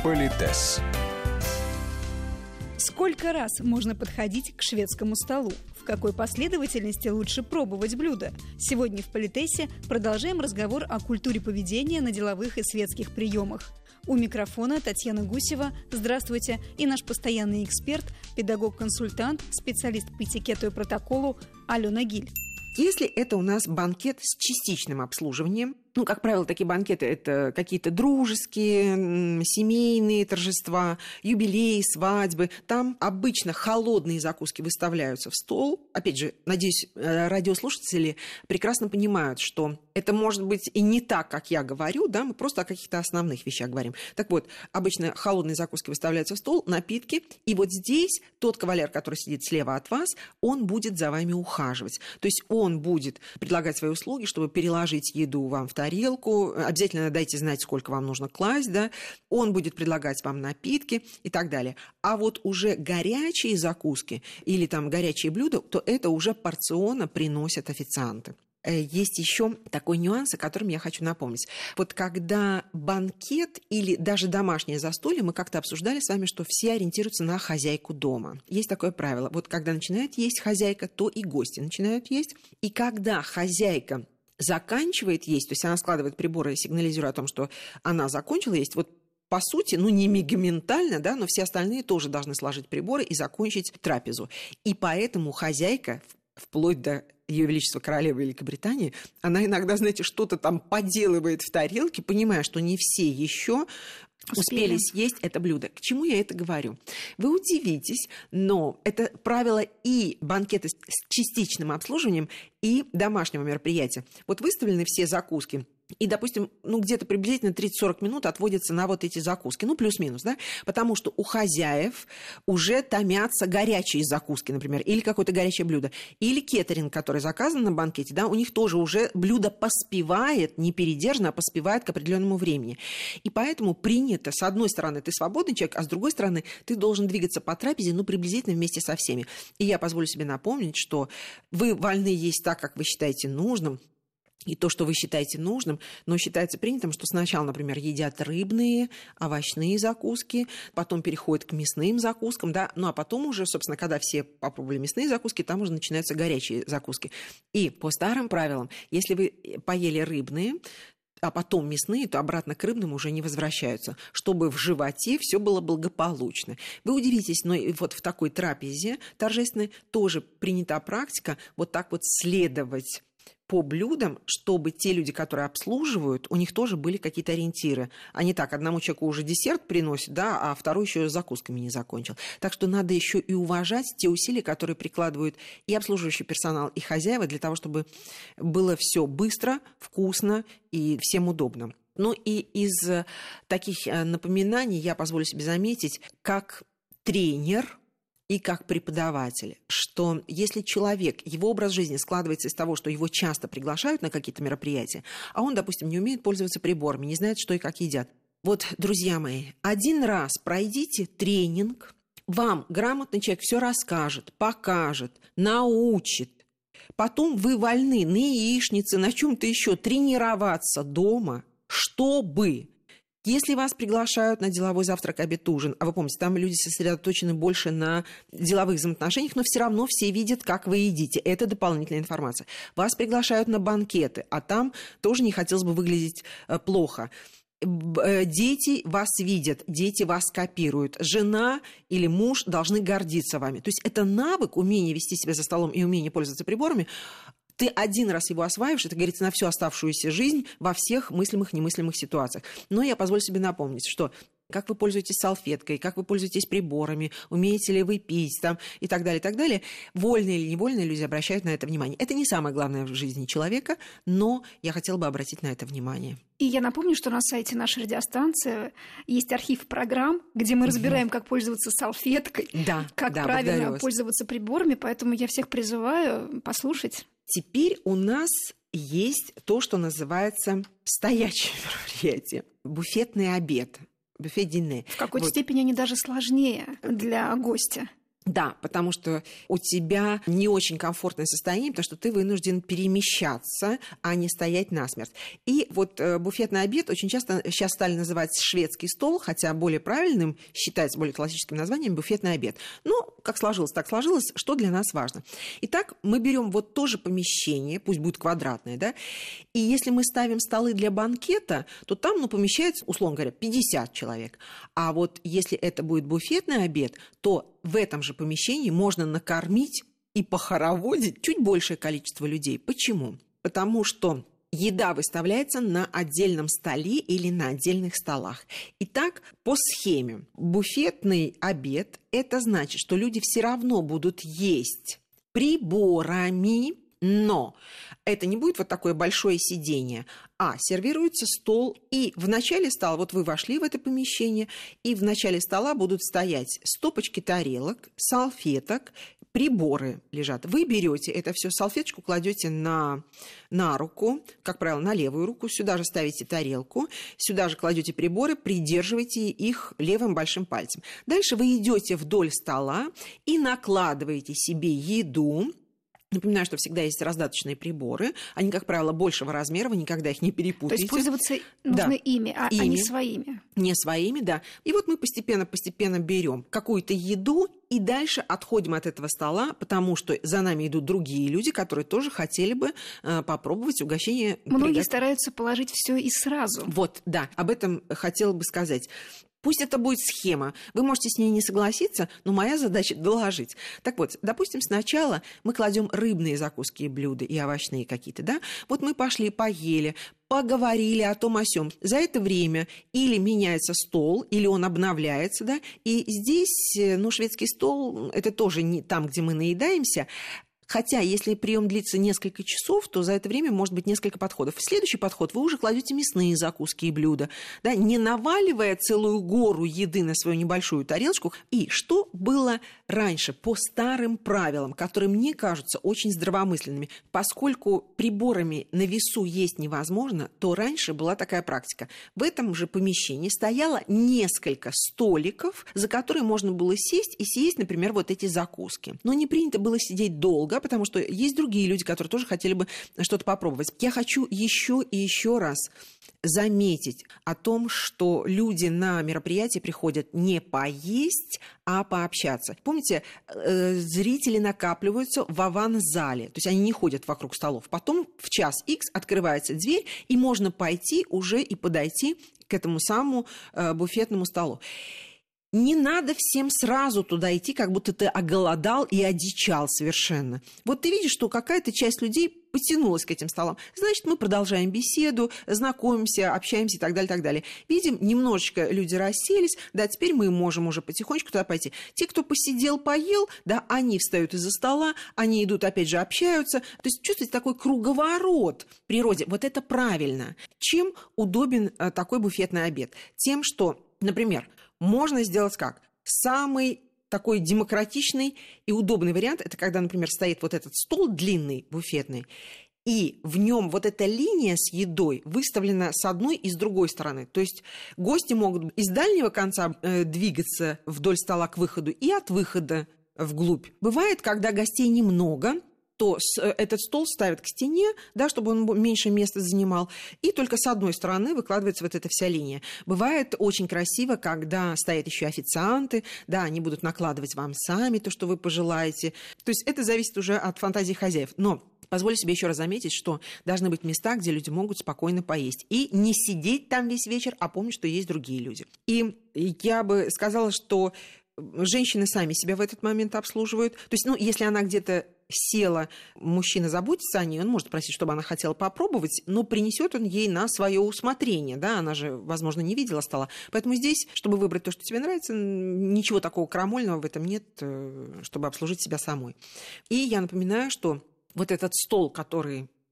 Политес. Сколько раз можно подходить к шведскому столу? В какой последовательности лучше пробовать блюда? Сегодня в Политесе продолжаем разговор о культуре поведения на деловых и светских приемах. У микрофона Татьяна Гусева. Здравствуйте. И наш постоянный эксперт, педагог-консультант, специалист по этикету и протоколу Алена Гиль. Если это у нас банкет с частичным обслуживанием, как правило, такие банкеты – это какие-то дружеские, семейные торжества, юбилеи, свадьбы. Там обычно холодные закуски выставляются в стол. Опять же, надеюсь, радиослушатели прекрасно понимают, что это может быть и не так, как я говорю, да, мы просто о каких-то основных вещах говорим. Так вот, обычно холодные закуски выставляются в стол, напитки, и вот здесь тот кавалер, который сидит слева от вас, он будет за вами ухаживать. То есть он будет предлагать свои услуги, чтобы переложить еду вам в тарелку, обязательно дайте знать, сколько вам нужно класть, да, он будет предлагать вам напитки и так далее. А вот уже горячие закуски или там горячие блюда, то это уже порционно приносят официанты. Есть еще такой нюанс, о котором я хочу напомнить. Вот когда банкет или даже домашнее застолье, мы как-то обсуждали с вами, что все ориентируются на хозяйку дома. Есть такое правило. Вот когда начинает есть хозяйка, то и гости начинают есть. И когда хозяйка заканчивает есть, то есть она складывает приборы, сигнализируя о том, что она закончила есть, вот по сути, не моментально, да, но все остальные тоже должны сложить приборы и закончить трапезу. И поэтому хозяйка, вплоть до Ее Величества Королевы Великобритании, она иногда, знаете, что-то там поделывает в тарелке, понимая, что не все еще успели съесть это блюдо. К чему я это говорю? Вы удивитесь, но это правило и банкета с частичным обслуживанием, и домашнего мероприятия. Вот выставлены все закуски, и, допустим, где-то приблизительно 30-40 минут отводится на вот эти закуски, плюс-минус, да, потому что у хозяев уже томятся горячие закуски, например, или какое-то горячее блюдо, или кеттеринг, который заказан на банкете, да, у них тоже уже блюдо поспевает, не передержано, а поспевает к определенному времени. И поэтому принято, с одной стороны, ты свободный человек, а с другой стороны, ты должен двигаться по трапезе, приблизительно вместе со всеми. И я позволю себе напомнить, что вы вольны есть так, как вы считаете нужным, и то, что вы считаете нужным, но считается принятым, что сначала, например, едят рыбные, овощные закуски, потом переходят к мясным закускам, да, а потом уже, собственно, когда все попробовали мясные закуски, там уже начинаются горячие закуски. И по старым правилам, если вы поели рыбные, а потом мясные, то обратно к рыбным уже не возвращаются, чтобы в животе все было благополучно. Вы удивитесь, но вот в такой трапезе торжественной тоже принята практика вот так вот следовать по блюдам, чтобы те люди, которые обслуживают, у них тоже были какие-то ориентиры. А не так, одному человеку уже десерт приносит, да, а второй еще закусками не закончил. Так что надо еще и уважать те усилия, которые прикладывают и обслуживающий персонал, и хозяева для того, чтобы было все быстро, вкусно и всем удобно. И из таких напоминаний я позволю себе заметить, как тренер и как преподаватель, что если человек, его образ жизни складывается из того, что его часто приглашают на какие-то мероприятия, а он, допустим, не умеет пользоваться приборами, не знает, что и как едят. Вот, друзья мои, один раз пройдите тренинг, вам грамотный человек все расскажет, покажет, научит. Потом вы вольны на яичнице, на чем-то еще тренироваться дома, чтобы... Если вас приглашают на деловой завтрак, обед, ужин, а вы помните, там люди сосредоточены больше на деловых взаимоотношениях, но все равно все видят, как вы едите. Это дополнительная информация. Вас приглашают на банкеты, а там тоже не хотелось бы выглядеть плохо. Дети вас видят, дети вас копируют. Жена или муж должны гордиться вами. То есть это навык, умение вести себя за столом и умение пользоваться приборами. Ты один раз его осваиваешь, это говорится на всю оставшуюся жизнь во всех мыслимых, немыслимых ситуациях. Но я позволю себе напомнить, что как вы пользуетесь салфеткой, как вы пользуетесь приборами, умеете ли вы пить там, и так далее, вольные или невольные люди обращают на это внимание. Это не самое главное в жизни человека, но я хотела бы обратить на это внимание. И я напомню, что на сайте нашей радиостанции есть архив программ, где мы разбираем, как пользоваться салфеткой, как правильно пользоваться приборами, поэтому я всех призываю послушать. Теперь у нас есть то, что называется стоячее мероприятие, буфетный обед. Буфет-дине. В какой-то степени они даже сложнее для гостя. Да, потому что у тебя не очень комфортное состояние, потому что ты вынужден перемещаться, а не стоять насмерть. И вот буфетный обед очень часто сейчас стали называть шведский стол, хотя более правильным считается, более классическим названием буфетный обед. Ну, как сложилось, так сложилось, что для нас важно. Итак, мы берем вот то же помещение, пусть будет квадратное, да, и если мы ставим столы для банкета, то там, помещается, условно говоря, 50 человек. А вот если это будет буфетный обед, то в этом же помещении можно накормить и похороводить чуть большее количество людей. Почему? Потому что еда выставляется на отдельном столе или на отдельных столах. Итак, по схеме буфетный обед – это значит, что люди все равно будут есть приборами, но это не будет вот такое большое сидение, а сервируется стол, и в начале стола, вот вы вошли в это помещение, и в начале стола будут стоять стопочки тарелок, салфеток, приборы лежат. Вы берете это все, салфеточку кладете на руку, как правило, на левую руку, сюда же ставите тарелку, сюда же кладете приборы, придерживаете их левым большим пальцем. Дальше вы идете вдоль стола и накладываете себе еду. Напоминаю, что всегда есть раздаточные приборы. Они, как правило, большего размера, вы никогда их не перепутаете. То есть пользоваться нужно ими, а не своими. Не своими, да. И вот мы постепенно берем какую-то еду и дальше отходим от этого стола, потому что за нами идут другие люди, которые тоже хотели бы попробовать угощение. Многие стараются положить все и сразу. Вот, да, об этом хотела бы сказать. Пусть это будет схема. Вы можете с ней не согласиться, но моя задача – доложить. Так вот, допустим, сначала мы кладем рыбные закуски и блюда, и овощные какие-то, да? Вот мы пошли, поели, поговорили о том о сём. За это время или меняется стол, или он обновляется, да? И здесь, шведский стол – это тоже не там, где мы наедаемся. Хотя, если прием длится несколько часов, то за это время может быть несколько подходов. В следующий подход вы уже кладете мясные закуски и блюда, да, не наваливая целую гору еды на свою небольшую тарелочку. И что было раньше по старым правилам, которые мне кажутся очень здравомысленными? Поскольку приборами на весу есть невозможно, то раньше была такая практика. В этом же помещении стояло несколько столиков, за которые можно было сесть и съесть, например, вот эти закуски. Но не принято было сидеть долго, потому что есть другие люди, которые тоже хотели бы что-то попробовать. Я хочу еще и еще раз заметить о том, что люди на мероприятие приходят не поесть, а пообщаться. Помните, зрители накапливаются в аван-зале, то есть они не ходят вокруг столов. Потом в час X открывается дверь, и можно пойти уже и подойти к этому самому буфетному столу. Не надо всем сразу туда идти, как будто ты оголодал и одичал совершенно. Вот ты видишь, что какая-то часть людей потянулась к этим столам. Значит, мы продолжаем беседу, знакомимся, общаемся и так далее, так далее. Видим, немножечко люди расселись, да, теперь мы можем уже потихонечку туда пойти. Те, кто посидел, поел, да, они встают из-за стола, они идут, опять же, общаются. То есть чувствуете такой круговорот в природе. Вот это правильно. Чем удобен такой буфетный обед? Тем, что, например, можно сделать как? Самый такой демократичный и удобный вариант – это когда, например, стоит вот этот стол длинный, буфетный, и в нем вот эта линия с едой выставлена с одной и с другой стороны. То есть гости могут из дальнего конца двигаться вдоль стола к выходу и от выхода вглубь. Бывает, когда гостей немного, то этот стол ставят к стене, да, чтобы он меньше места занимал, и только с одной стороны выкладывается вот эта вся линия. Бывает очень красиво, когда стоят еще официанты, да, они будут накладывать вам сами то, что вы пожелаете. То есть это зависит уже от фантазии хозяев. Но позволю себе еще раз заметить, что должны быть места, где люди могут спокойно поесть. И не сидеть там весь вечер, а помнить, что есть другие люди. И я бы сказала, что женщины сами себя в этот момент обслуживают. То есть, если она где-то села, мужчина заботится о ней, он может просить, чтобы она хотела попробовать, но принесет он ей на свое усмотрение, да, она же, возможно, не видела стола. Поэтому здесь, чтобы выбрать то, что тебе нравится, ничего такого крамольного в этом нет, чтобы обслужить себя самой. И я напоминаю, что вот этот стол, который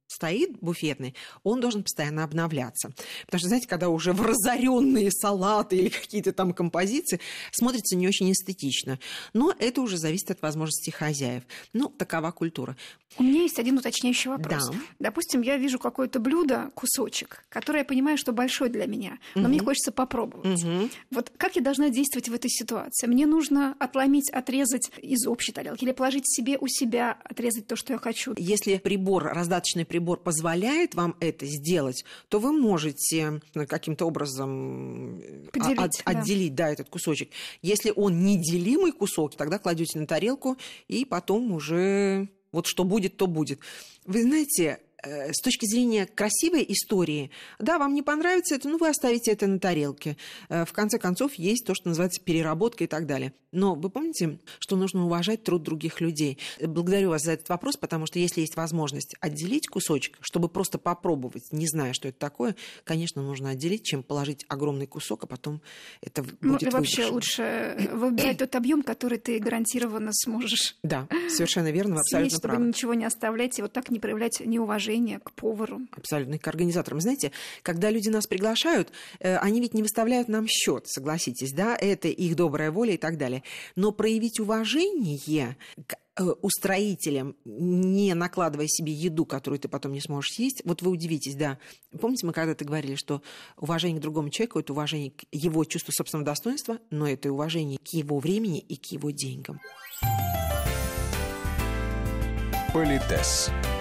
стоит буфетный, он должен постоянно обновляться. Потому что, знаете, когда уже в разоренные салаты или какие-то там композиции, смотрится не очень эстетично. Но это уже зависит от возможностей хозяев. Ну, такова культура. У меня есть один уточняющий вопрос. Да. Допустим, я вижу какое-то блюдо, кусочек, который я понимаю, что большой для меня, но мне хочется попробовать. Вот как я должна действовать в этой ситуации? Мне нужно отломить, отрезать из общей тарелки или положить себе у себя, отрезать то, что я хочу? Если раздаточный прибор позволяет вам это сделать, то вы можете каким-то образом отделить этот кусочек. Если он неделимый кусок, тогда кладете на тарелку, и потом уже вот что будет, то будет. Вы знаете, с точки зрения красивой истории, да, вам не понравится это, вы оставите это на тарелке. В конце концов, есть то, что называется переработка и так далее. Но вы помните, что нужно уважать труд других людей. Благодарю вас за этот вопрос, потому что если есть возможность отделить кусочек, чтобы просто попробовать, не зная, что это такое, конечно, нужно отделить, чем положить огромный кусок, а потом это будет и вообще лучше выбирать тот объем, который ты гарантированно сможешь. Да, совершенно верно, вы абсолютно правы. Чтобы ничего не оставлять и вот так не проявлять неуважение к повару. Абсолютно, к организаторам. Знаете, когда люди нас приглашают, они ведь не выставляют нам счет, согласитесь, да, это их добрая воля и так далее. Но проявить уважение к устроителям, не накладывая себе еду, которую ты потом не сможешь съесть, вот вы удивитесь, да. Помните, мы когда-то говорили, что уважение к другому человеку – это уважение к его чувству собственного достоинства, но это и уважение к его времени и к его деньгам. Политес.